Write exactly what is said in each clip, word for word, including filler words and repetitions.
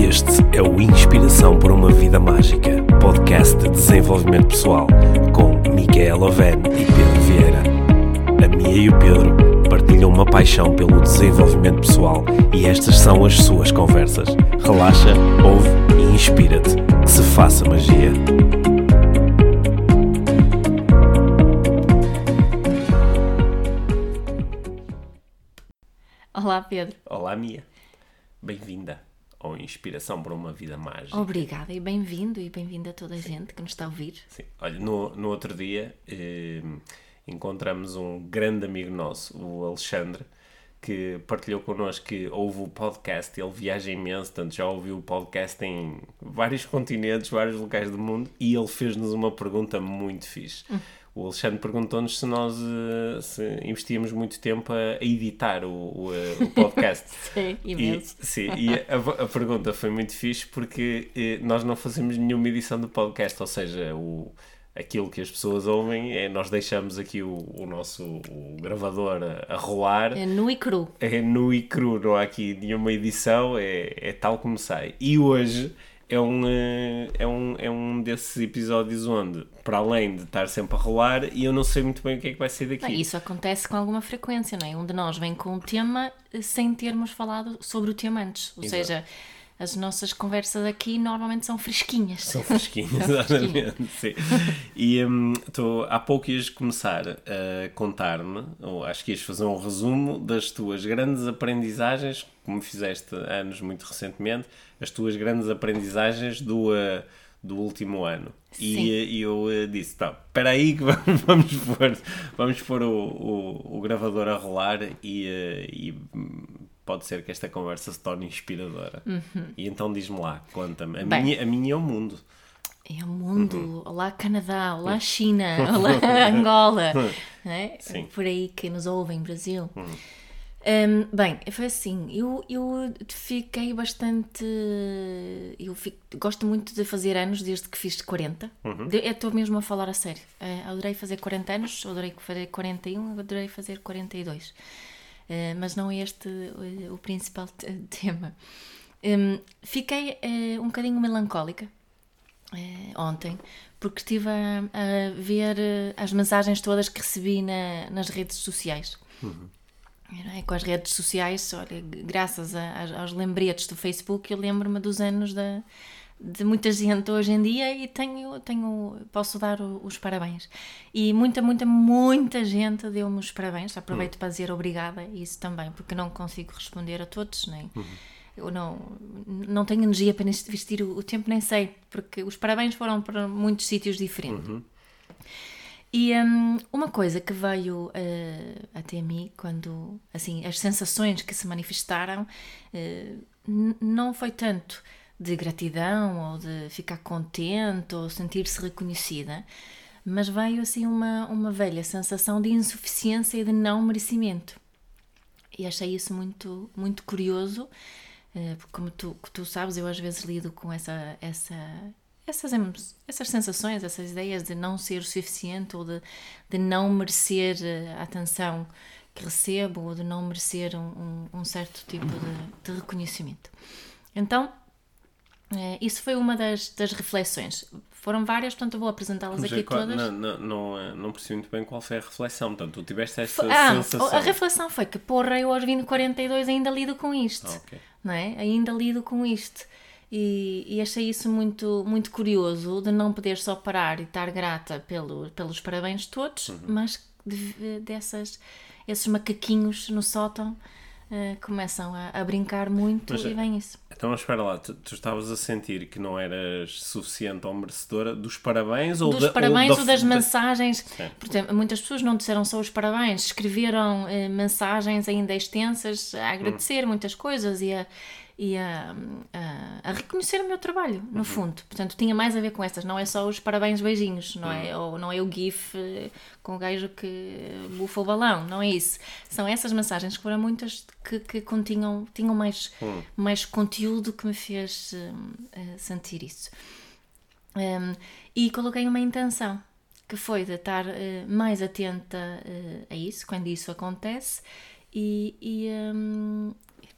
Este é o Inspiração por uma Vida Mágica, podcast de desenvolvimento pessoal, com Micaela Oven e Pedro Vieira. A Mia e o Pedro partilham uma paixão pelo desenvolvimento pessoal e estas são as suas conversas. Relaxa, ouve e inspira-te. Que se faça magia. Olá, Pedro. Olá, Mia. Bem-vinda ao Inspiração por uma Vida Mágica. Obrigada e bem-vindo e bem-vinda a toda a gente que nos está a ouvir. Sim. Olha, no, no outro dia eh, encontramos um grande amigo nosso, o Alexandre, que partilhou connosco que ouve o podcast. Ele viaja imenso, portanto já ouviu o podcast em vários continentes, vários locais do mundo, e ele fez-nos uma pergunta muito fixe. Hum. O Alexandre perguntou-nos se nós uh, se investíamos muito tempo a editar o, o, o podcast. Sim, imenso. E, sim, e a, a pergunta foi muito fixe porque eh, nós não fazemos nenhuma edição do podcast, ou seja, o, aquilo que as pessoas ouvem, é, nós deixamos aqui o, o nosso o gravador a, a rolar. É nu e cru. É nu e cru, não há aqui nenhuma edição, é, é tal como sai. E hoje é um, é, um, é um desses episódios onde, para além de estar sempre a rolar, e eu não sei muito bem o que é que vai ser daqui. Não, isso acontece com alguma frequência, não é? Um de nós vem com um tema sem termos falado sobre o tema antes. Ou Exato. seja, as nossas conversas aqui normalmente são fresquinhas. São fresquinhas, exatamente. Sim. E um, tô, há pouco ias começar a contar-me, ou acho que ias fazer um resumo das tuas grandes aprendizagens, como fizeste anos muito recentemente, as tuas grandes aprendizagens do, uh, do último ano. E, e eu uh, disse, tá, espera aí que vamos, vamos pôr, vamos pôr o, o, o gravador a rolar e... Uh, e pode ser que esta conversa se torne inspiradora. Uhum. E então diz-me lá, conta-me. A, minha, a minha é o mundo. É o mundo. Uhum. Olá, Canadá. Olá, China. Olá, Angola. É? Sim. Por aí que nos ouvem, Brasil. Uhum. Um, bem, foi assim. Eu, eu fiquei bastante... Eu fico, gosto muito de fazer anos desde que fiz quarenta. Uhum. De, eu estou mesmo a falar a sério. Uh, adorei fazer quarenta anos, adorei fazer quarenta e um, adorei fazer quarenta e dois. Uh, mas não é este uh, o principal t- tema. Um, fiquei uh, um bocadinho melancólica uh, ontem, porque estive a, a ver uh, as mensagens todas que recebi na, nas redes sociais. Uhum. É, com as redes sociais, olha, graças a, a, aos lembretes do Facebook, eu lembro-me dos anos da... de muita gente hoje em dia e tenho, tenho, posso dar o, os parabéns. E muita, muita, muita gente deu-me os parabéns. Aproveito uhum. para dizer obrigada, isso também, porque não consigo responder a todos, nem, uhum. eu não, não tenho energia para investir o, o tempo, nem sei, porque os parabéns foram para muitos sítios diferentes. Uhum. E um, uma coisa que veio uh, até mim, quando, assim, as sensações que se manifestaram, uh, n- não foi tanto de gratidão ou de ficar contente ou sentir-se reconhecida, mas veio assim uma, uma velha sensação de insuficiência e de não merecimento. E achei isso muito, muito curioso, porque como tu, tu sabes, eu às vezes lido com essa, essa, essas, essas sensações, essas ideias de não ser o suficiente ou de, de não merecer a atenção que recebo ou de não merecer um, um, um certo tipo de, de reconhecimento. Então, É, isso foi uma das, das reflexões. Foram várias, portanto eu vou apresentá-las aqui qual, todas. Não, não, não, não percebi muito bem qual foi a reflexão. Portanto, tu tiveste essa foi, ah, sensação. A reflexão foi que, porra, eu aos vinte e quarenta e dois ainda lido com isto. Ah, okay. Não é? Ainda lido com isto. E, e achei isso muito, muito curioso, de não poder só parar e estar grata pelo, pelos parabéns todos, uhum. mas de, dessas, esses macaquinhos no sótão Uh, começam a, a brincar muito. Mas, e vem isso. Então espera lá, tu, tu estavas a sentir que não eras suficiente ou merecedora dos parabéns ou dos da, parabéns ou, da, ou das da... mensagens. Sim. Por exemplo, muitas pessoas não disseram só os parabéns, escreveram uh, mensagens ainda extensas a agradecer hum. muitas coisas e a, e a, a, a reconhecer o meu trabalho, no uhum. fundo. Portanto, tinha mais a ver com essas, não é só os parabéns, beijinhos, não, uhum. é, ou, não é o gif uh, com o gajo que bufa o balão, não é isso. São essas mensagens que foram muitas que, que continham, tinham mais, uhum. mais conteúdo que me fez uh, uh, sentir isso. Um, e coloquei uma intenção, que foi de estar uh, mais atenta uh, a isso, quando isso acontece, e... e um,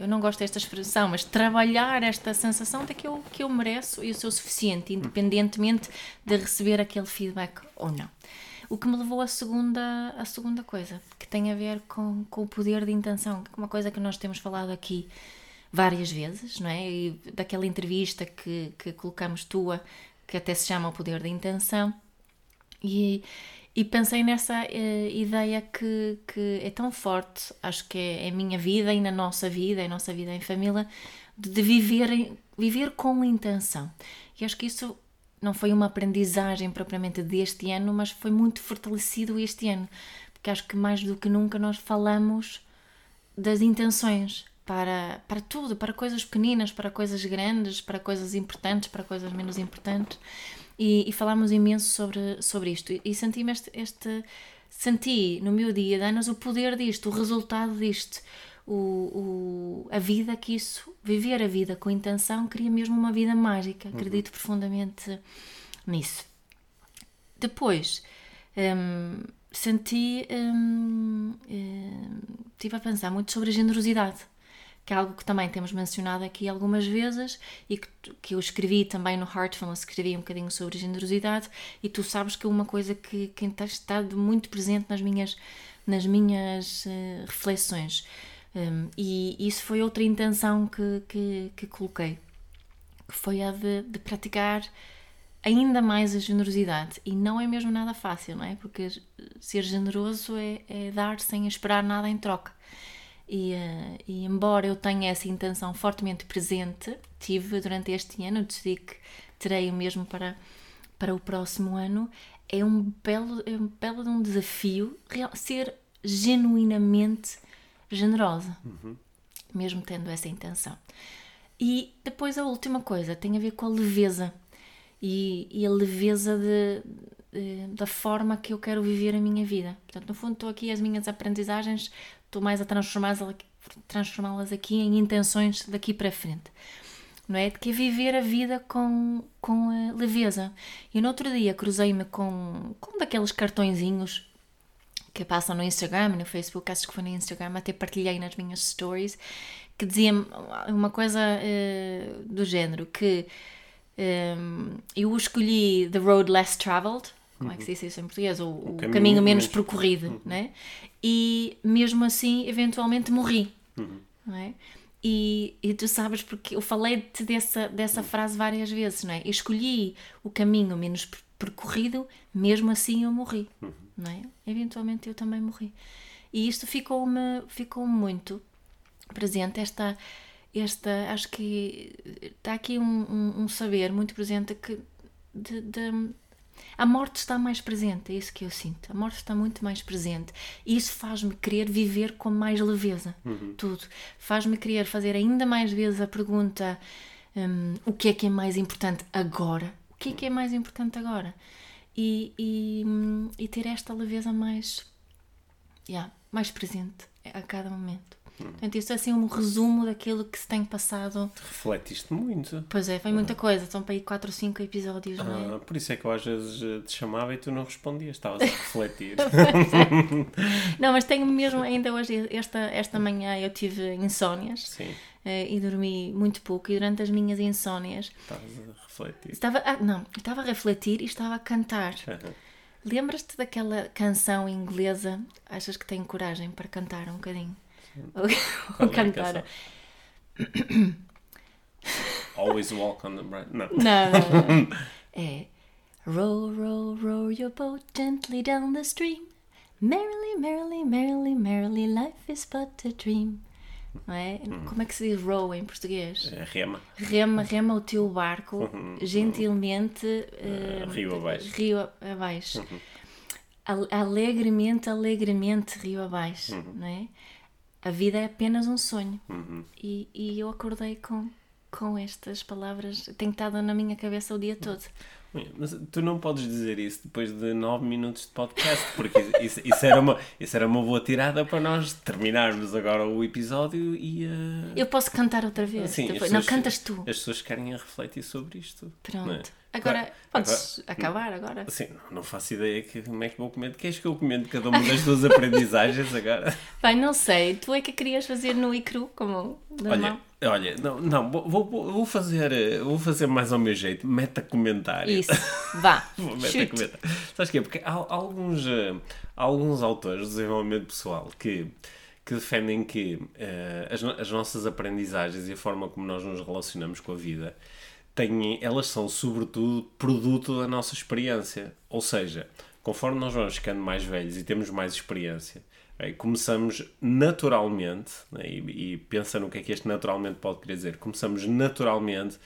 eu não gosto desta expressão, mas trabalhar esta sensação de que eu, que eu mereço e eu sou suficiente, independentemente de receber aquele feedback ou não. O que me levou à segunda, à segunda coisa, que tem a ver com, com o poder de intenção, que é uma coisa que nós temos falado aqui várias vezes, não é? E daquela entrevista que, que colocamos tua, que até se chama O Poder da Intenção, e, e pensei nessa uh, ideia que, que é tão forte, acho que é, é a minha vida e na nossa vida, é a nossa vida em família, de, de viver, viver com intenção. E acho que isso não foi uma aprendizagem propriamente deste ano, mas foi muito fortalecido este ano, porque acho que mais do que nunca nós falamos das intenções para, para tudo, para coisas pequeninas, para coisas grandes, para coisas importantes, para coisas menos importantes, e, e falamos imenso sobre, sobre isto, e, e senti-me este, este, senti no meu dia de anos o poder disto, o resultado disto, O, o, a vida que isso, viver a vida com intenção, cria mesmo uma vida mágica. Acredito uhum. profundamente nisso. Depois hum, senti hum, hum, estive a pensar muito sobre a generosidade, que é algo que também temos mencionado aqui algumas vezes e que, que eu escrevi também no Heartfulness, escrevi um bocadinho sobre generosidade, e tu sabes que é uma coisa que, que tem estado muito presente nas minhas, nas minhas uh, reflexões. Um, e isso foi outra intenção que, que, que coloquei, que foi a de, de praticar ainda mais a generosidade. E não é mesmo nada fácil, não é? Porque ser generoso é, é dar sem esperar nada em troca. E, uh, e embora eu tenha essa intenção fortemente presente, tive durante este ano, decidi que terei o mesmo para, para o próximo ano, é um belo, é um belo de um desafio real, ser genuinamente generosa, uhum. mesmo tendo essa intenção. E depois a última coisa tem a ver com a leveza e, e a leveza de, de, da forma que eu quero viver a minha vida. Portanto, no fundo, estou aqui, as minhas aprendizagens, estou mais a transformá-las, transformá-las aqui em intenções daqui para frente, não é? De que é viver a vida com, com a leveza. E no outro dia cruzei-me com, com daqueles cartõezinhos que passam no Instagram e no Facebook, acho que foi no Instagram, até partilhei nas minhas stories, que dizia uma coisa uh, do género, que um, eu escolhi the road less traveled, como é que se diz isso em português? O, o caminho, caminho menos, menos percorrido, uhum. né? E mesmo assim, eventualmente morri, uhum. não é? E, e tu sabes, porque eu falei-te dessa, dessa uhum. frase várias vezes, não é? Eu escolhi o caminho menos percorrido, mesmo assim eu morri. Uhum. Não é? Eventualmente eu também morri. E isto ficou-me ficou muito presente, esta, esta, acho que está aqui um, um, um saber muito presente que de, de, a morte está mais presente, é isso que eu sinto, a morte está muito mais presente, e isso faz-me querer viver com mais leveza, uhum. tudo, faz-me querer fazer ainda mais vezes a pergunta um, o que é que é mais importante agora, o que é que é mais importante agora? E, e, e ter esta leveza mais, yeah, mais presente a cada momento. Hum. Portanto, isto é assim um resumo daquilo que se tem passado. Te refletiste muito. Pois é, foi muita coisa. São para aí quatro ou cinco episódios, ah, não é? Por isso é que eu às vezes te chamava e tu não respondias. Estavas a refletir. Não, mas tenho mesmo, ainda hoje, esta, esta manhã eu tive insónias. Sim. E dormi muito pouco, e durante as minhas insónias estavas a refletir estava a, não, estava a refletir e estava a cantar. Uhum. Lembras-te daquela canção inglesa? Achas que tenho coragem para cantar um bocadinho? Ou cantar? Always walk on the bright. Não. Não, não, não. É row, row, row your boat gently down the stream. Merrily, merrily, merrily, merrily, life is but a dream. Não é? Hum. Como é que se diz row em português? É, rema. Rema, rema o teu barco uhum. gentilmente uh, uh, rio abaixo. Rio abaixo. Uhum. Alegremente, alegremente rio abaixo. Uhum. Não é? A vida é apenas um sonho. Uhum. E, e eu acordei com, com estas palavras, tenho estado na minha cabeça o dia todo. Mas tu não podes dizer isso depois de nove minutos de podcast, porque isso, isso, era uma, isso era uma boa tirada para nós terminarmos agora o episódio e... Uh... Eu posso cantar outra vez? Sim, depois. Pessoas, não, cantas tu. As pessoas querem refletir sobre isto. Pronto. É? Agora, podes agora, acabar agora. Sim, não, não faço ideia que, como é que vou comer. Queres que eu comendo cada uma das tuas aprendizagens agora? Bem, não sei. Tu é que querias fazer nu e cru, como normal? Olha, olha não, não vou, vou, vou, fazer, vou fazer mais ao meu jeito. Meta comentário. Isso, vá. Meta comentário. Sabes porquê? Porque há, há alguns, há alguns autores de desenvolvimento pessoal que... que defendem que uh, as, as nossas aprendizagens e a forma como nós nos relacionamos com a vida, têm, elas são sobretudo produto da nossa experiência. Ou seja, conforme nós vamos ficando mais velhos e temos mais experiência, é, começamos naturalmente, né, e, e pensa no que é que este naturalmente pode querer dizer, começamos naturalmente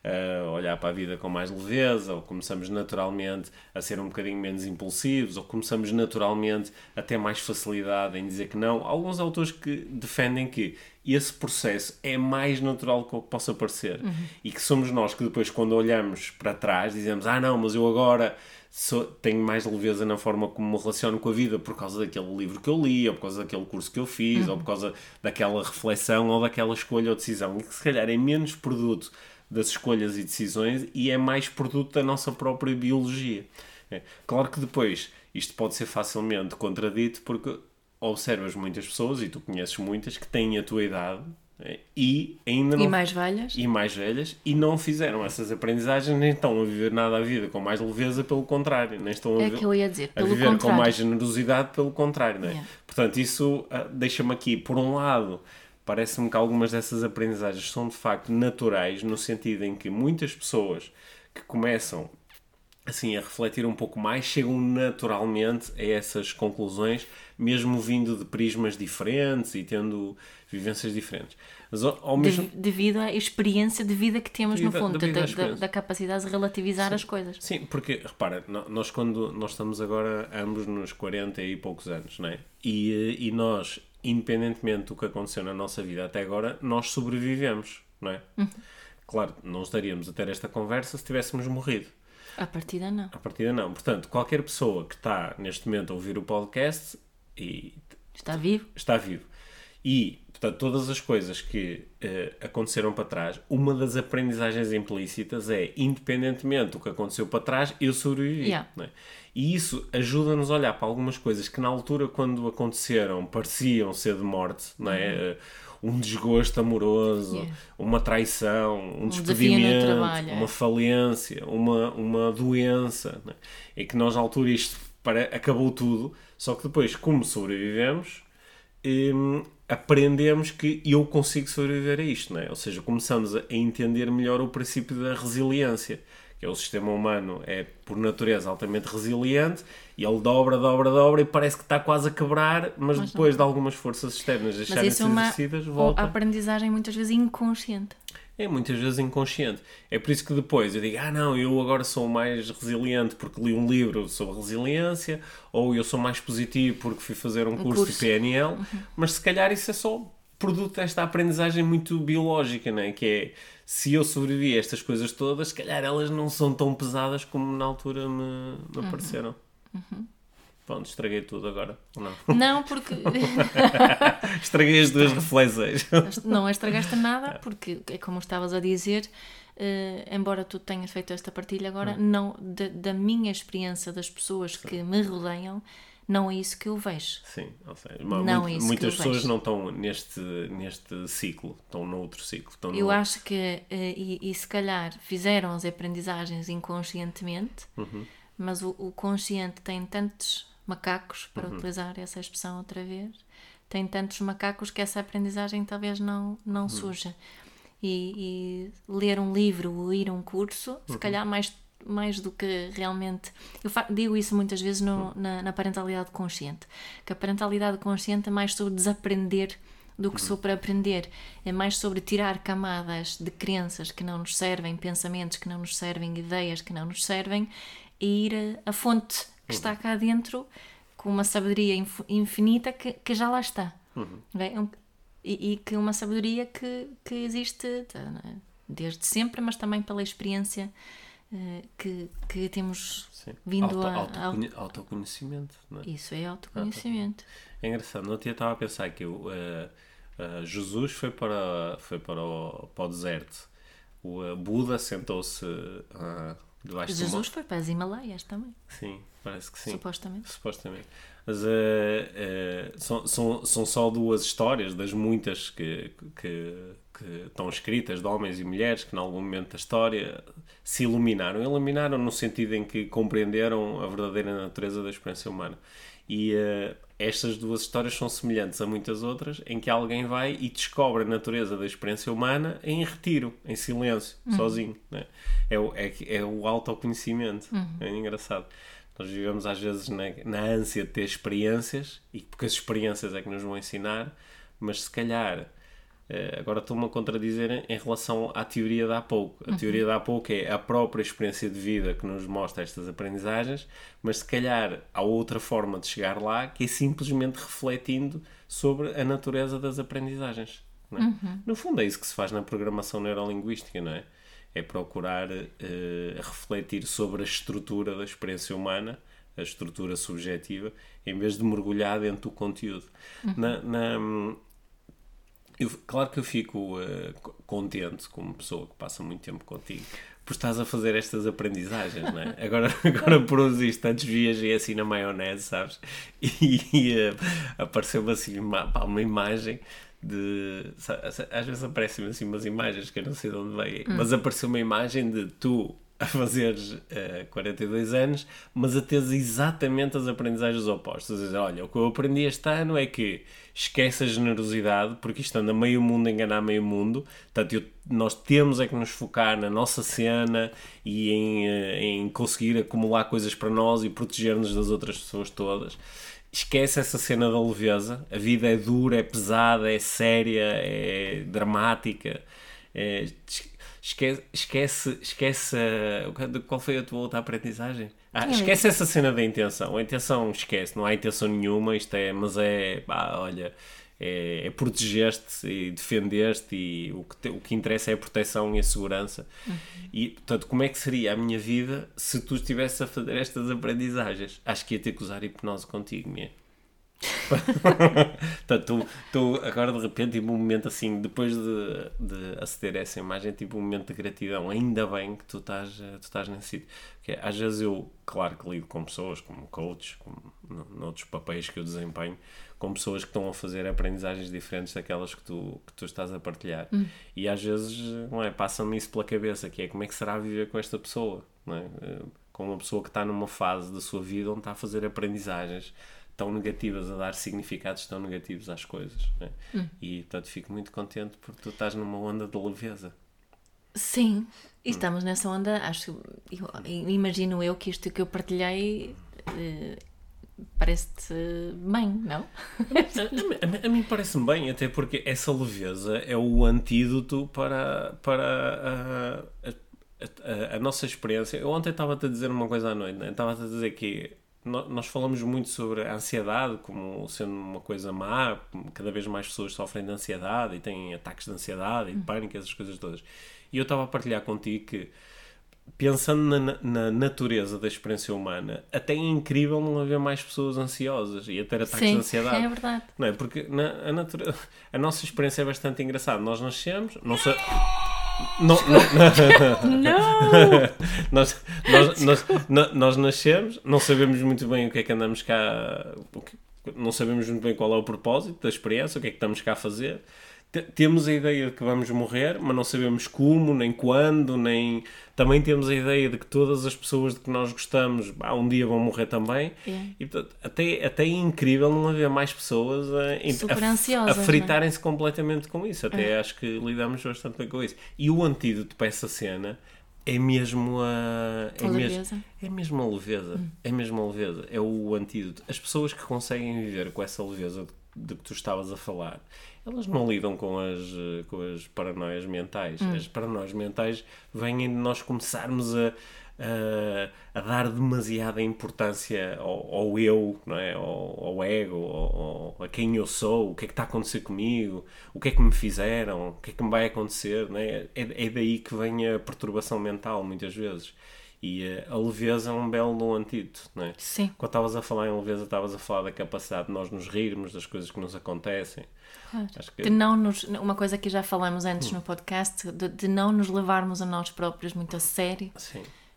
a olhar para a vida com mais leveza, ou começamos naturalmente a ser um bocadinho menos impulsivos, ou começamos naturalmente a ter mais facilidade em dizer que não. Há alguns autores que defendem que esse processo é mais natural do que possa parecer. Uhum. E que somos nós que depois, quando olhamos para trás, dizemos, ah não, mas eu agora sou, tenho mais leveza na forma como me relaciono com a vida por causa daquele livro que eu li, ou por causa daquele curso que eu fiz, uhum. ou por causa daquela reflexão, ou daquela escolha ou decisão. E que se calhar é menos produto das escolhas e decisões e é mais produto da nossa própria biologia. É. Claro que depois isto pode ser facilmente contradito porque observas muitas pessoas, e tu conheces muitas, que têm a tua idade, é, e ainda não... E mais velhas. E mais velhas, e não fizeram essas aprendizagens, nem estão a viver nada a vida com mais leveza, pelo contrário. Nem estão a, é que eu ia dizer, a pelo viver contrário. com mais generosidade, pelo contrário. Não é? Yeah. Portanto, isso uh, deixa-me aqui, por um lado... Parece-me que algumas dessas aprendizagens são de facto naturais, no sentido em que muitas pessoas que começam assim a refletir um pouco mais chegam naturalmente a essas conclusões, mesmo vindo de prismas diferentes e tendo vivências diferentes. Mas, ao, ao mesmo... de, devido à experiência de vida que temos, devido, no fundo, da, da, da capacidade de relativizar Sim. as coisas. Sim, porque, repara, nós quando nós estamos agora ambos nos quarenta e poucos anos, não é? E, e nós... independentemente do que aconteceu na nossa vida até agora, nós sobrevivemos, não é? Uhum. Claro, não estaríamos a ter esta conversa se tivéssemos morrido. À partida não. À partida não. Portanto, qualquer pessoa que está neste momento a ouvir o podcast e... Está vivo. Está vivo. E, portanto, todas as coisas que uh, aconteceram para trás, uma das aprendizagens implícitas é, independentemente do que aconteceu para trás, eu sobrevivi. Yeah. Não é? E isso ajuda-nos a olhar para algumas coisas que na altura, quando aconteceram, pareciam ser de morte, não é? Uhum. Um desgosto amoroso, yeah. uma traição, um, um despedimento, uma falência, uma, uma doença. Não é? E que nós na altura isto para, acabou tudo, só que depois, como sobrevivemos, hum, aprendemos que eu consigo sobreviver a isto. Não é? Ou seja, começamos a entender melhor o princípio da resiliência. Que é o sistema humano é, por natureza, altamente resiliente, e ele dobra, dobra, dobra, e parece que está quase a quebrar, mas, mas depois não. de algumas forças externas deixarem de ser exercidas, volta. A aprendizagem muitas vezes inconsciente. É, muitas vezes inconsciente. É por isso que depois eu digo, ah não, eu agora sou mais resiliente porque li um livro sobre resiliência, ou eu sou mais positivo porque fui fazer um, um curso, curso de P N L, uhum. mas se calhar isso é só produto desta aprendizagem muito biológica, não é? Que é, se eu sobrevivi a estas coisas todas, se calhar elas não são tão pesadas como na altura me, me uhum. pareceram. Uhum. Pronto, estraguei tudo agora. Não, não porque... Estraguei as duas reflexões. Não estragaste nada, porque é como estavas a dizer, uh, embora tu tenhas feito esta partilha agora, hum. não, da, da minha experiência das pessoas Sim. que me rodeiam, não é isso que eu vejo. Sim, ou seja, não muito, é isso muitas que eu pessoas vejo. não estão neste, neste ciclo, estão noutro ciclo. Estão eu no... acho que, uh, e, e se calhar fizeram as aprendizagens inconscientemente, uhum. mas o, o consciente tem tantos macacos, para uhum. utilizar essa expressão outra vez, tem tantos macacos que essa aprendizagem talvez não, não uhum. surja. E, e ler um livro ou ir a um curso, uhum. se calhar mais, mais do que realmente... Eu fa- digo isso muitas vezes no, uhum. na, na parentalidade consciente, que a parentalidade consciente é mais sobre desaprender do que uhum. sobre aprender, é mais sobre tirar camadas de crenças que não nos servem, pensamentos que não nos servem, ideias que não nos servem, e ir a, a fonte que uhum. está cá dentro com uma sabedoria inf- infinita que, que já lá está. Uhum. Okay? Um, e, e que uma sabedoria que, que existe desde sempre, mas também pela experiência uh, que, que temos Sim. vindo Auto, a... Autoconhe- ao... Autoconhecimento. Não é? Isso é autoconhecimento. É engraçado. No dia estava a pensar que uh, uh, Jesus foi, para, foi para, o, para o deserto. O uh, Buda sentou-se... Uh, debaixo de Jesus uma... foi para as Himalaias também. Sim, parece que sim. Supostamente. Supostamente. Mas uh, uh, são, são, são só duas histórias das muitas que, que, que estão escritas de homens e mulheres que, em algum momento da história, se iluminaram. Iluminaram no sentido em que compreenderam a verdadeira natureza da experiência humana. E uh, estas duas histórias são semelhantes a muitas outras, em que alguém vai e descobre a natureza da experiência humana em retiro, em silêncio, uhum. sozinho. Né? É, o, é, é o autoconhecimento. Uhum. É engraçado. Nós vivemos às vezes na, na ânsia de ter experiências, e porque as experiências é que nos vão ensinar, mas se calhar, agora estou-me a contradizer em relação à teoria de há pouco. A uhum. teoria de há pouco é a própria experiência de vida que nos mostra estas aprendizagens, mas se calhar há outra forma de chegar lá, que é simplesmente refletindo sobre a natureza das aprendizagens. Não é? Uhum. No fundo é isso que se faz na programação neurolinguística, não é? É procurar uh, refletir sobre a estrutura da experiência humana, a estrutura subjetiva, em vez de mergulhar dentro do conteúdo. Uhum. Na, na, eu, claro que eu fico uh, contente, como pessoa que passa muito tempo contigo, por estás a fazer estas aprendizagens, não é? Agora, agora por uns instantes viajei assim na maionese, sabes? E, e uh, apareceu-me assim uma, pá, uma imagem... De, às vezes aparecem-me assim umas imagens que eu não sei de onde vêm, hum. mas apareceu uma imagem de tu a fazeres uh, quarenta e dois anos, mas a teres exatamente as aprendizagens opostas. A dizer, olha, o que eu aprendi este ano é que esquece a generosidade, porque isto anda meio mundo a enganar meio mundo, portanto eu, nós temos é que nos focar na nossa cena e em, uh, em conseguir acumular coisas para nós e proteger-nos das outras pessoas todas. Esquece essa cena da leveza. A vida é dura, é pesada, é séria, é dramática. É... Esquece, esquece, esquece... Qual foi a tua outra aprendizagem? Ah, esquece essa cena da intenção. A intenção, esquece. Não há intenção nenhuma. Isto é... Mas é... Pá, olha... É, é proteger-te e defender-te, e o que, te, o que interessa é a proteção e a segurança. Uhum. E, portanto, como é que seria a minha vida se tu estivesse a fazer estas aprendizagens? Acho que ia ter que usar hipnose contigo, minha. Portanto, tu, tu agora de repente, tipo um momento assim, depois de, de aceder a essa imagem, tipo um momento de gratidão. Ainda bem que tu estás, tu estás nesse sítio. Porque às vezes eu, claro que lido com pessoas, como coaches, como noutros papéis que eu desempenho, com pessoas que estão a fazer aprendizagens diferentes daquelas que tu, que tu estás a partilhar. Hum. E às vezes, não é, passa-me isso pela cabeça, que é como é que será viver com esta pessoa, não é? Com uma pessoa que está numa fase da sua vida onde está a fazer aprendizagens tão negativas, a dar significados tão negativos às coisas, não é? Hum. E, portanto, fico muito contente porque tu estás numa onda de leveza. Sim, e estamos hum. nessa onda, acho, eu, imagino eu que isto que eu partilhei... Eh, parece-te bem, não? a, a, a mim parece-me bem, até porque essa leveza é o antídoto para, para a, a, a, a nossa experiência. Eu ontem estava-te a dizer uma coisa à noite, né? Estava-te a dizer que nós falamos muito sobre a ansiedade como sendo uma coisa má, cada vez mais pessoas sofrem de ansiedade e têm ataques de ansiedade e de pânico, essas coisas todas. E eu estava a partilhar contigo que, pensando na, na natureza da experiência humana, até é incrível não haver mais pessoas ansiosas e a ter ataques Sim, de ansiedade. É verdade. Não é? Porque na, a, natureza, a nossa experiência é bastante engraçada. Nós nascemos, não sei. Não, não, não. nós, nós, nós, nós nascemos, não sabemos muito bem o que é que andamos cá, não sabemos muito bem qual é o propósito da experiência, o que é que estamos cá a fazer. Temos a ideia de que vamos morrer, mas não sabemos como, nem quando, nem... Também temos a ideia de que todas as pessoas de que nós gostamos ah, um dia vão morrer também. Yeah. E, portanto, até, até é incrível não haver mais pessoas a, a, a fritarem-se completamente com isso. Até é. Acho que lidamos bastante bem com isso. E o antídoto para essa cena é mesmo a... É, a mesmo, é mesmo a leveza. Hum. É mesmo a leveza. É o antídoto. As pessoas que conseguem viver com essa leveza de, de que tu estavas a falar... Elas não lidam com as, com as paranoias mentais. Hum. As paranoias mentais vêm de nós começarmos a, a, a dar demasiada importância ao, ao eu, não é? ao, ao ego, ao, a quem eu sou, o que é que está a acontecer comigo, o que é que me fizeram, o que é que me vai acontecer. Não é? É, é daí que vem a perturbação mental, muitas vezes. E a leveza é um belo antídoto, não é? Sim. Quando estavas a falar em leveza, estavas a falar da capacidade de nós nos rirmos das coisas que nos acontecem. Claro. Acho que... de não nos, uma coisa que já falamos antes hum. no podcast, de, de não nos levarmos a nós próprios muito a sério. Sim.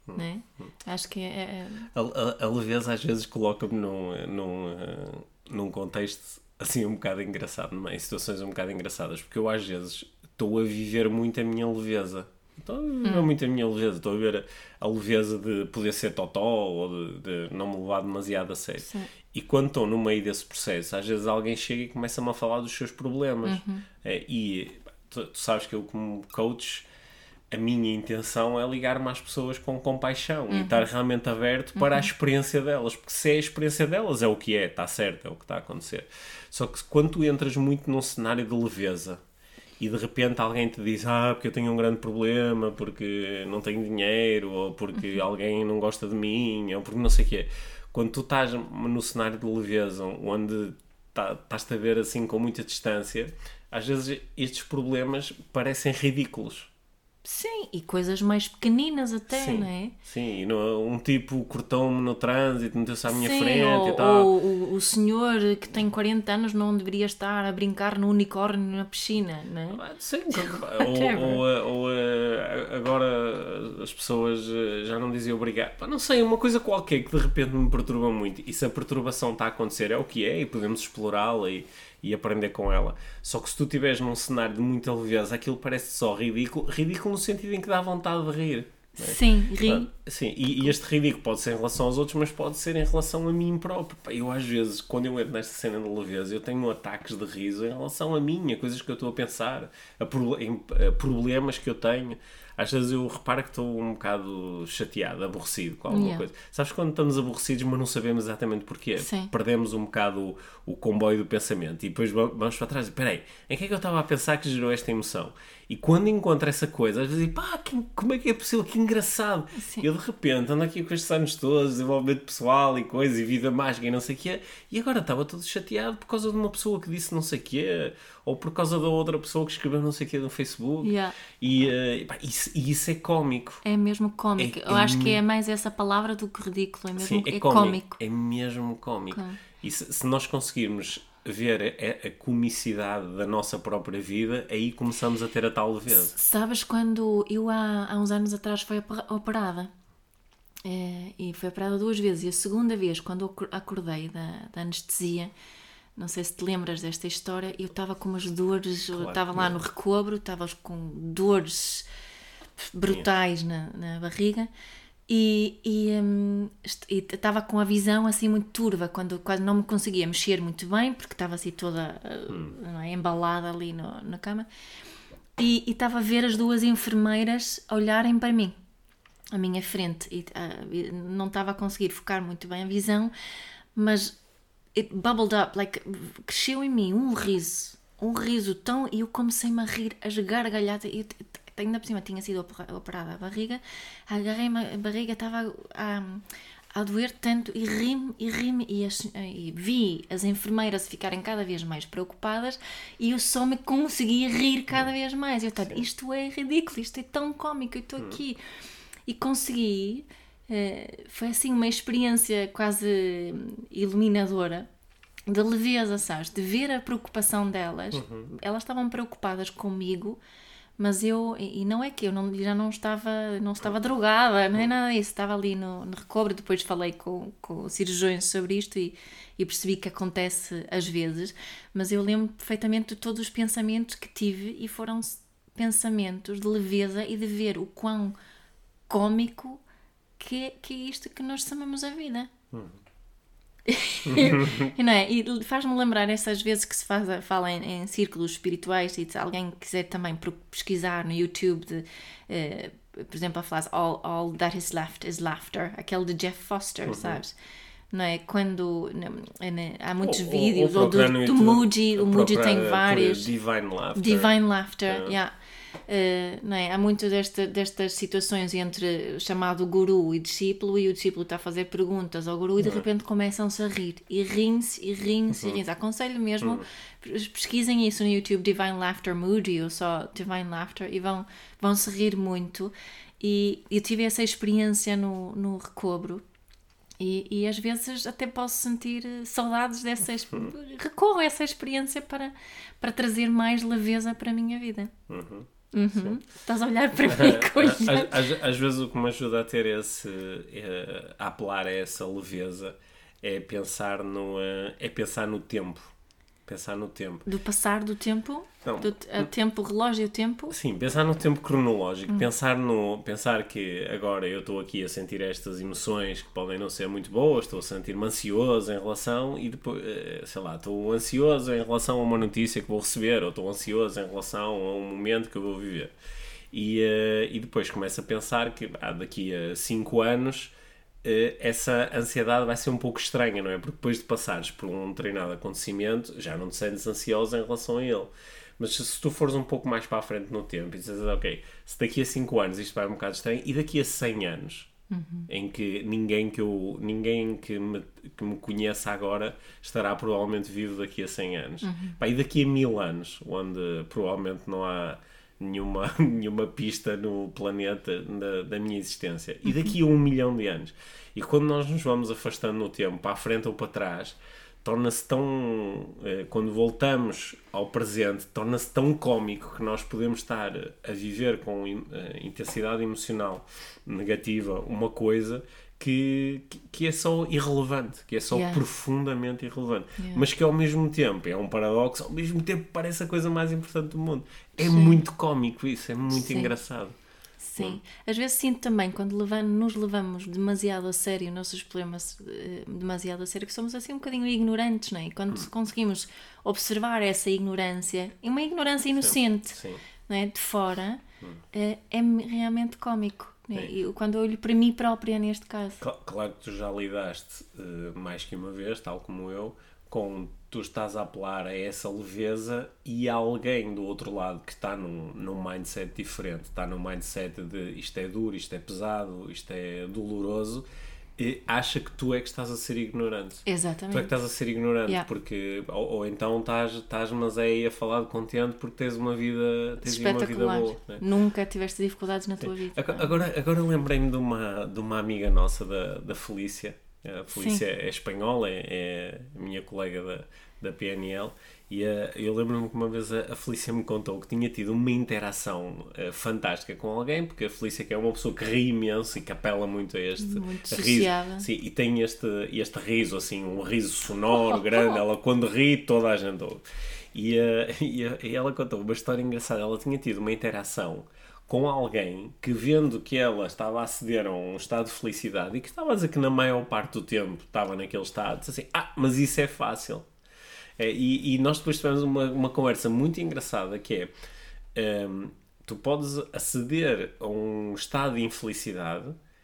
não é? Acho que é... A, a, a leveza às vezes coloca-me num, num, uh, num contexto assim um bocado engraçado, não é? Em situações um bocado engraçadas, porque eu às vezes estou a viver muito a minha leveza. Estou a viver hum. muito a minha leveza. Estou a ver a, a leveza de poder ser totó ou de, de não me levar demasiado a sério. Sim. E quando estou no meio desse processo, às vezes alguém chega e começa-me a falar dos seus problemas. Uhum. É, e tu, tu sabes que eu, como coach, a minha intenção é ligar-me às pessoas com compaixão uhum. e estar realmente aberto para uhum. a experiência delas. Porque se é a experiência delas, é o que é, está certo, é o que está a acontecer. Só que quando tu entras muito num cenário de leveza, e de repente alguém te diz, ah, porque eu tenho um grande problema, porque não tenho dinheiro, ou porque uhum. alguém não gosta de mim, ou porque não sei o quê. Quando tu estás no cenário de leveza, onde tá, estás-te a ver assim com muita distância, às vezes estes problemas parecem ridículos. Sim, e coisas mais pequeninas até, sim, não é? Sim, um tipo cortou-me no trânsito, meteu-se à minha sim, frente ou, e tal. Ou o, o senhor que tem quarenta anos não deveria estar a brincar no unicórnio na piscina, não é? Sim, ou, ou, ou agora as pessoas já não diziam obrigado. Não sei, uma coisa qualquer que de repente me perturba muito. E se a perturbação está a acontecer é o que é e podemos explorá-la e... e aprender com ela. Só que se tu estiveres num cenário de muita leveza, aquilo parece só ridículo, ridículo no sentido em que dá vontade de rir. Não é? Sim, ri. Ah, sim, e, e este ridículo pode ser em relação aos outros, mas pode ser em relação a mim próprio. Eu às vezes, quando eu entro nesta cena de leveza, eu tenho ataques de riso em relação a mim, a coisas que eu estou a pensar, a, pro, em, a problemas que eu tenho. Às vezes eu reparo que estou um bocado chateado, aborrecido com alguma yeah. coisa. Sabes quando estamos aborrecidos, mas não sabemos exatamente porquê? Sim. Perdemos um bocado o, o comboio do pensamento e depois vamos para trás e espera aí, em que é que eu estava a pensar que gerou esta emoção? E quando encontro essa coisa, às vezes digo, pá, que, como é que é possível? Que engraçado! Sim. Eu de repente ando aqui com estes anos todos, desenvolvimento pessoal e coisa, e vida mágica e não sei o quê, e agora estava todo chateado por causa de uma pessoa que disse não sei o quê, ou por causa da outra pessoa que escreveu não sei o quê no Facebook. Yeah. E, uh, pá, isso, e isso é cómico. É mesmo cómico. É, Eu é acho m... que é mais essa palavra do que ridículo. É mesmo Sim, é, é cómico. cómico. É mesmo cómico. Okay. E se, se nós conseguirmos ver a, a comicidade da nossa própria vida, aí começamos a ter a tal leveza. Sabes quando eu há, há uns anos atrás fui operada, é, e fui operada duas vezes, e a segunda vez, quando eu acordei da, da anestesia, não sei se te lembras desta história, eu estava com umas dores, claro, estava lá no recobro, estava com dores brutais na, na barriga, E estava um, com a visão assim muito turva, quando quase não me conseguia mexer muito bem, porque estava assim toda hum. não é, embalada ali no, na cama, e estava a ver as duas enfermeiras olharem para mim, à minha frente, e uh, não estava a conseguir focar muito bem a visão, mas it bubbled up, like, cresceu em mim um riso, um riso tão, e eu comecei-me a rir, a gargalhar, e ainda por cima tinha sido operada a barriga, agarrei-me, a barriga estava a, a doer tanto, e ri-me, e ri-me, e, as, e vi as enfermeiras ficarem cada vez mais preocupadas, e eu só me conseguia rir cada vez mais. Eu estava, isto é ridículo, isto é tão cómico, eu estou aqui. E consegui, foi assim uma experiência quase iluminadora, de leveza, sabes, de ver a preocupação delas. Uhum. Elas estavam preocupadas comigo, mas eu, e não é que eu não, já não estava, não estava drogada, não é nada disso, estava ali no, no recobro. Depois falei com, com cirurgiões sobre isto e, e percebi que acontece às vezes, mas eu lembro perfeitamente de todos os pensamentos que tive, e foram pensamentos de leveza e de ver o quão cómico que é, que é isto que nós chamamos a vida. Hum. E, não é? E faz-me lembrar essas vezes que se faz, fala em, em círculos espirituais, e se alguém quiser também pesquisar no YouTube de, uh, por exemplo, a frase all, all that is left is laughter, aquele de Jeff Foster, uhum. sabes? Não é? Quando não, não, há muitos ou, vídeos, ou, ou do, do Moody, o Moody tem vários. Divine Laughter. Divine Laughter, yeah. yeah. Uh, não é? Há muito desta, destas situações entre o chamado guru e discípulo, e o discípulo está a fazer perguntas ao guru, e de repente começam-se a rir, e riem-se, e riem-se, uhum. e riem-se. Aconselho mesmo, uhum. pesquisem isso no YouTube, Divine Laughter Moody, ou só Divine Laughter, e vão, vão se rir muito. E eu tive essa experiência no, no recobro, E, e às vezes até posso sentir saudades dessa... Recorro a essa experiência para, para trazer mais leveza para a minha vida. Uhum. Uhum. Estás a olhar para mim com às, às, às vezes o que me ajuda a ter esse... É, a apelar a essa leveza é pensar no, é pensar no tempo. Pensar no tempo. Do passar do tempo? Não. Do a tempo, relógio e tempo? Sim, pensar no tempo cronológico. Hum. Pensar, no, pensar que agora eu estou aqui a sentir estas emoções que podem não ser muito boas, estou a sentir-me ansioso em relação e depois, sei lá, estou ansioso em relação a uma notícia que vou receber ou estou ansioso em relação a um momento que eu vou viver. E, e depois começo a pensar que ah, daqui a cinco anos essa ansiedade vai ser um pouco estranha, não é? Porque depois de passares por um determinado acontecimento, já não te sentes ansioso em relação a ele. Mas se tu fores um pouco mais para a frente no tempo e dizes, ok, se daqui a cinco anos isto vai um bocado estranho, e daqui a cem anos, uhum. em que ninguém que, eu, ninguém que, me, que me conheça agora estará provavelmente vivo daqui a cem anos. Uhum. Pá, e daqui a mil anos, onde provavelmente não há nenhuma, nenhuma pista no planeta da, da minha existência. E daqui a um milhão de anos. E quando nós nos vamos afastando no tempo, para a frente ou para trás, torna-se tão... Quando voltamos ao presente, torna-se tão cómico que nós podemos estar a viver com intensidade emocional negativa uma coisa que, que é só irrelevante, que é só yeah. profundamente irrelevante. Yeah. Mas que ao mesmo tempo é um paradoxo, ao mesmo tempo parece a coisa mais importante do mundo. É Sim. muito cómico isso, é muito Sim. engraçado. Sim, hum. às vezes sinto também, quando levamos, nos levamos demasiado a sério, nossos problemas demasiado a sério, que somos assim um bocadinho ignorantes, não é? E quando hum. conseguimos observar essa ignorância, uma ignorância inocente, Sim. Sim. Não é? De fora, hum. é, é realmente cómico. É. Eu, quando eu olho para mim própria neste caso. Claro que tu já lidaste uh, mais que uma vez, tal como eu, com tu estás a apelar a essa leveza e há alguém do outro lado que está num, num mindset diferente, está num mindset de isto é duro, isto é pesado, isto é doloroso, e acha que tu é que estás a ser ignorante. Exatamente. Tu é que estás a ser ignorante, yeah. porque ou, ou então estás, estás mas é aí a falar de contente porque tens uma vida, tens uma vida boa. Né? Nunca tiveste dificuldades na Sim. tua vida. Agora, agora, agora lembrei-me de uma, de uma amiga nossa, da, da Felícia. A Felícia Sim. é espanhola, é, é a minha colega da, da P N L, e a, eu lembro-me que uma vez a, a Felícia me contou que tinha tido uma interação uh, fantástica com alguém, porque a Felícia que é uma pessoa que ri imenso e que apela muito a este muito riso. Sim, e tem este, este riso, assim, um riso sonoro, grande, ela quando ri toda a gente ouve. E, uh, e, uh, e ela contou uma história engraçada, ela tinha tido uma interação com alguém que, vendo que ela estava a aceder a um estado de felicidade e que estava a dizer que na maior parte do tempo estava naquele estado, disse assim, ah, mas isso é fácil. É, e, e nós depois tivemos uma, uma conversa muito engraçada que é, um, tu podes aceder a um estado de infelicidade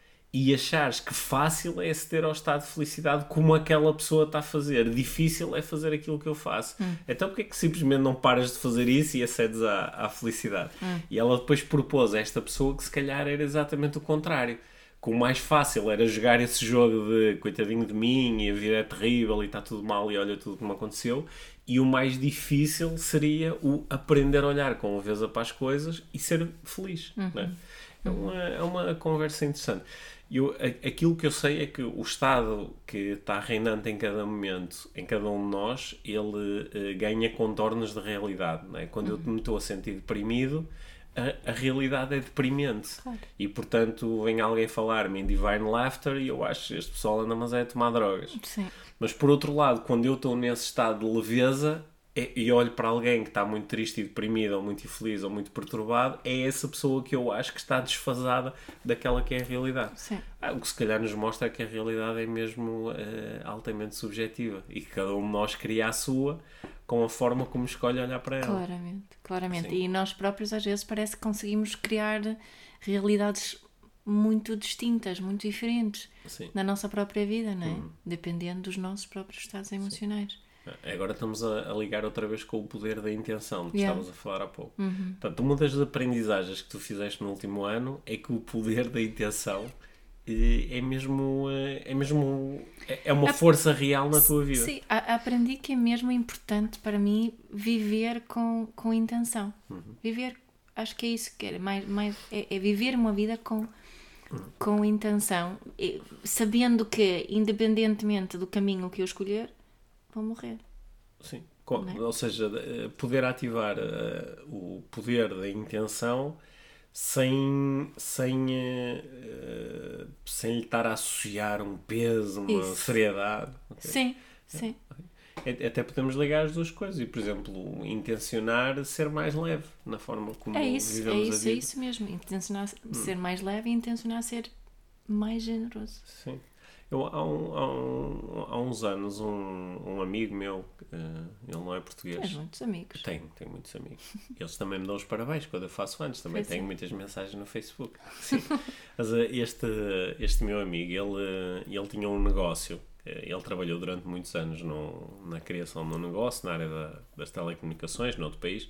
e achares que fácil é aceder ao estado de felicidade como aquela pessoa está a fazer. Difícil é fazer aquilo que eu faço. Hum. Então porque é que simplesmente não paras de fazer isso e acedes à, à felicidade? Hum. E ela depois propôs a esta pessoa que se calhar era exatamente o contrário. Que o mais fácil era jogar esse jogo de coitadinho de mim e a vida é terrível e está tudo mal e olha tudo como aconteceu. E o mais difícil seria o aprender a olhar com leveza para as coisas e ser feliz. Uhum. Não é? É, uma, é uma conversa interessante. Eu, aquilo que eu sei é que o estado que está reinante em cada momento, em cada um de nós, ele uh, ganha contornos de realidade. Não é? Quando uhum. eu me estou a sentir deprimido, a, a realidade é deprimente. Claro. E, portanto, vem alguém falar-me em Divine Laughter e eu acho que este pessoal anda mas é a tomar drogas. Sim. Mas, por outro lado, quando eu estou nesse estado de leveza e olho para alguém que está muito triste e deprimido, ou muito infeliz, ou muito perturbado, é essa pessoa que eu acho que está desfasada daquela que é a realidade. Sim. Ah, o que se calhar nos mostra é que a realidade é mesmo uh, altamente subjetiva e que cada um de nós cria a sua com a forma como escolhe olhar para ela. Claramente, claramente. Sim. E nós próprios às vezes parece que conseguimos criar realidades muito distintas, muito diferentes Sim. na nossa própria vida, não é? Hum. Dependendo dos nossos próprios estados emocionais. Sim. Agora estamos a, a ligar outra vez com o poder da intenção, de que yeah. estavas a falar há pouco. Uhum. Portanto, uma das aprendizagens que tu fizeste no último ano é que o poder da intenção é mesmo, é mesmo é uma força real na tua vida. Sim, aprendi que é mesmo importante para mim viver com, com intenção. Uhum. Viver, acho que é isso que é, mais, mais, é, é viver uma vida com, com intenção, sabendo que, independentemente do caminho que eu escolher, vou morrer. Sim. É? Ou seja, poder ativar uh, o poder da intenção sem, sem, uh, sem lhe estar a associar um peso, uma Isso. seriedade. Okay? Sim, é. sim. Até podemos ligar as duas coisas e, por exemplo, intencionar ser mais leve na forma como é isso, vivemos é isso, a vida. É isso mesmo, intencionar hum. ser mais leve e intencionar ser mais generoso. Sim. Eu, há, um, há, um, há uns anos, um, um amigo meu, uh, ele não é português. Tens muitos amigos. Tenho, tenho muitos amigos. Eles também me dão os parabéns quando eu faço anos. Também pois tenho sim. muitas mensagens no Facebook. Sim. Mas uh, este, este meu amigo, ele, ele tinha um negócio. Ele trabalhou durante muitos anos no, na criação de um negócio, na área da, das telecomunicações, noutro país.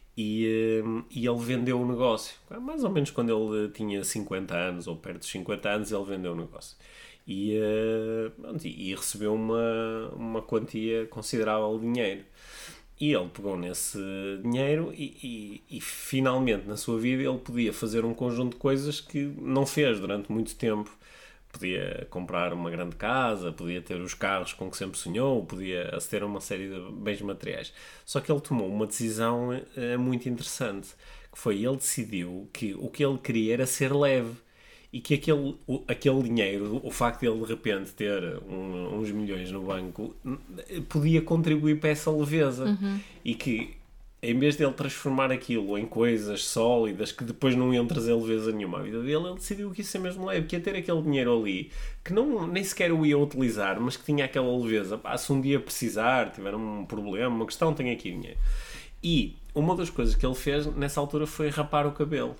E, e ele vendeu o negócio. Mais ou menos quando ele tinha cinquenta anos, ou perto dos cinquenta anos, ele vendeu o negócio. E, uh, e recebeu uma, uma quantia considerável de dinheiro. E ele pegou nesse dinheiro e, e, e finalmente na sua vida ele podia fazer um conjunto de coisas que não fez durante muito tempo. Podia comprar uma grande casa, podia ter os carros com que sempre sonhou, podia aceder a uma série de bens materiais. Só que ele tomou uma decisão uh, muito interessante, que foi, ele decidiu que o que ele queria era ser leve. E que aquele, o, aquele dinheiro, o facto de ele de repente ter um, uns milhões no banco, podia contribuir para essa leveza. Uhum. E que, em vez de ele transformar aquilo em coisas sólidas que depois não iam trazer leveza nenhuma à vida dele, ele decidiu que isso é mesmo leve, que ia ter aquele dinheiro ali, que não, nem sequer o ia utilizar, mas que tinha aquela leveza. Pá, se um dia precisar, tiver um problema, uma questão, tem aqui dinheiro. E uma das coisas que ele fez nessa altura foi rapar o cabelo.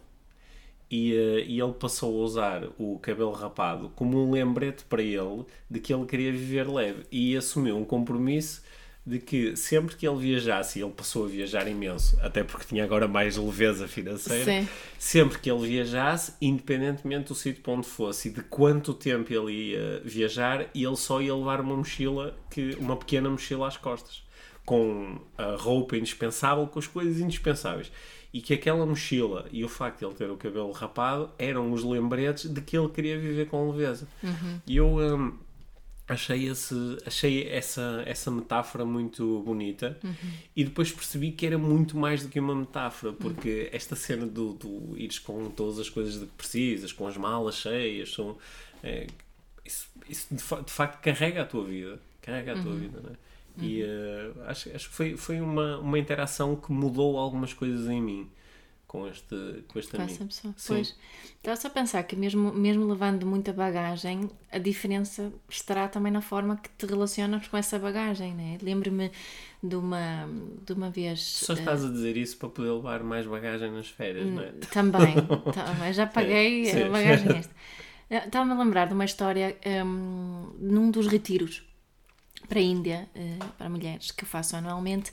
E, uh, e ele passou a usar o cabelo rapado como um lembrete para ele de que ele queria viver leve, e assumiu um compromisso de que sempre que ele viajasse, e ele passou a viajar imenso, até porque tinha agora mais leveza financeira. Sim. Sempre que ele viajasse, independentemente do sítio para onde fosse e de quanto tempo ele ia viajar, ele só ia levar uma mochila, que, uma pequena mochila às costas, com a roupa indispensável, com as coisas indispensáveis. E que aquela mochila e o facto de ele ter o cabelo rapado eram os lembretes de que ele queria viver com leveza. Uhum. E eu hum, achei, esse, achei essa, essa metáfora muito bonita. Uhum. E depois percebi que era muito mais do que uma metáfora, porque uhum. esta cena do, do ires com todas as coisas de que precisas, com as malas cheias, são, é, isso, isso de, fa- de facto carrega a tua vida. Carrega a tua uhum. vida, não é? E uh, acho, acho que foi, foi uma, uma interação que mudou algumas coisas em mim com este, com este amigo. Pois, estava só a pensar que mesmo, mesmo levando muita bagagem, a diferença estará também na forma que te relacionas com essa bagagem, né? Lembro-me de uma, de uma vez... Só estás uh, a dizer isso para poder levar mais bagagem nas férias, não é? Também, também já paguei sim, a sim. bagagem esta. Estava-me a lembrar de uma história um, num dos retiros para a Índia, para mulheres, que eu faço anualmente,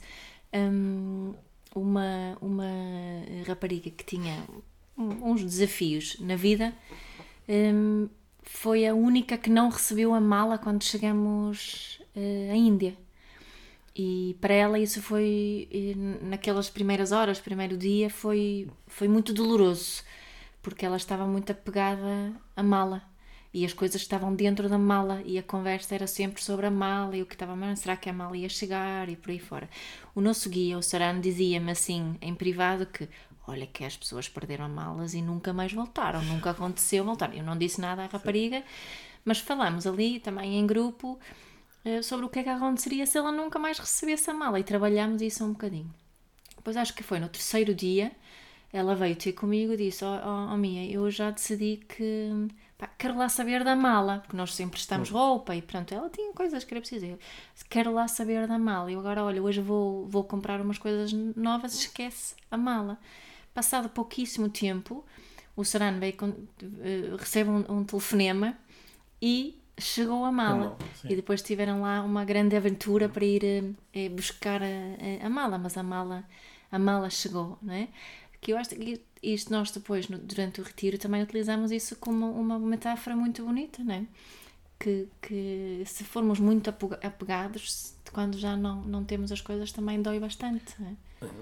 uma, uma rapariga que tinha uns desafios na vida, foi a única que não recebeu a mala quando chegamos à Índia. E para ela isso foi, naquelas primeiras horas, primeiro dia, foi, foi muito doloroso, porque ela estava muito apegada à mala. E as coisas estavam dentro da mala e a conversa era sempre sobre a mala e o que estava, mas será que a mala ia chegar e por aí fora. O nosso guia, o Saran, dizia-me assim, em privado, que olha que as pessoas perderam malas e nunca mais voltaram, nunca aconteceu voltar. Eu não disse nada à rapariga, mas falamos ali também em grupo sobre o que é que aconteceria se ela nunca mais recebesse a mala e trabalhámos isso um bocadinho. Depois acho que foi no terceiro dia, ela veio ter comigo e disse, ó oh, oh, Mia, eu já decidi que... Pá, quero lá saber da mala, porque nós sempre estamos roupa e pronto, ela tinha coisas que era preciso. Quero lá saber da mala. E eu agora, olha, hoje vou, vou comprar umas coisas novas, esquece a mala. Passado pouquíssimo tempo, o Saran veio com, uh, recebe um, um telefonema e chegou a mala. E depois tiveram lá uma grande aventura para ir uh, buscar a, a mala, mas a mala, a mala chegou, não é? Que eu acho que isto nós depois, no, durante o retiro, também utilizamos isso como uma metáfora muito bonita, não é? Que, que se formos muito apegados, quando já não, não temos as coisas, também dói bastante, não é?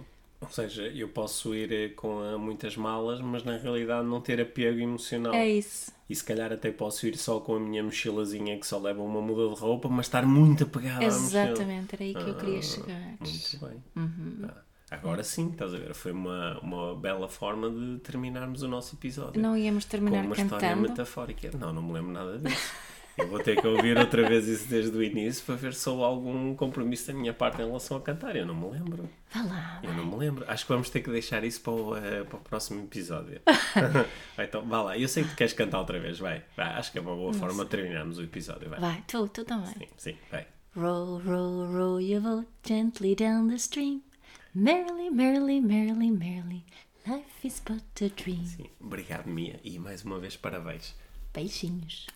Ou seja, eu posso ir com muitas malas, mas na realidade não ter apego emocional. É isso. E se calhar até posso ir só com a minha mochilazinha que só leva uma muda de roupa, mas estar muito apegado à mochila. Exatamente, era aí que ah, eu queria chegar. Muito bem. Uhum. Ah, agora sim, estás a ver? Foi uma, uma bela forma de terminarmos o nosso episódio. Não íamos terminar com uma cantando? História metafórica. Não, não me lembro nada disso. Eu vou ter que ouvir outra vez isso desde o início para ver se houve algum compromisso da minha parte em relação a cantar. Eu não me lembro. Vá lá. Eu não me lembro. Acho que vamos ter que deixar isso para o, uh, para o próximo episódio. Então, vá lá. Eu sei que tu queres cantar outra vez. Vai. vai. Acho que é uma boa não forma sei. de terminarmos o episódio. Vai, vai tu, tu também. Sim, sim, vai. Roll, roll, roll your boat gently down the stream. Merrily, merrily, merrily, merrily. Life is but a dream. Sim. Obrigado, Mia. E mais uma vez, parabéns. Beijinhos.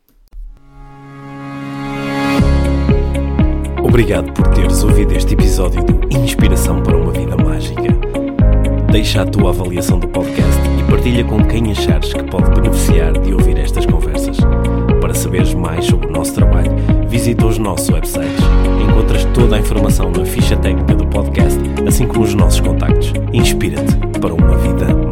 Obrigado por teres ouvido este episódio de Inspiração para uma Vida Mágica. Deixa a tua avaliação do podcast e partilha com quem achares que pode beneficiar de ouvir estas conversas. Para saberes mais sobre o nosso trabalho, visita os nossos websites. Encontras toda a informação na ficha técnica do podcast, assim como os nossos contactos. Inspira-te para uma vida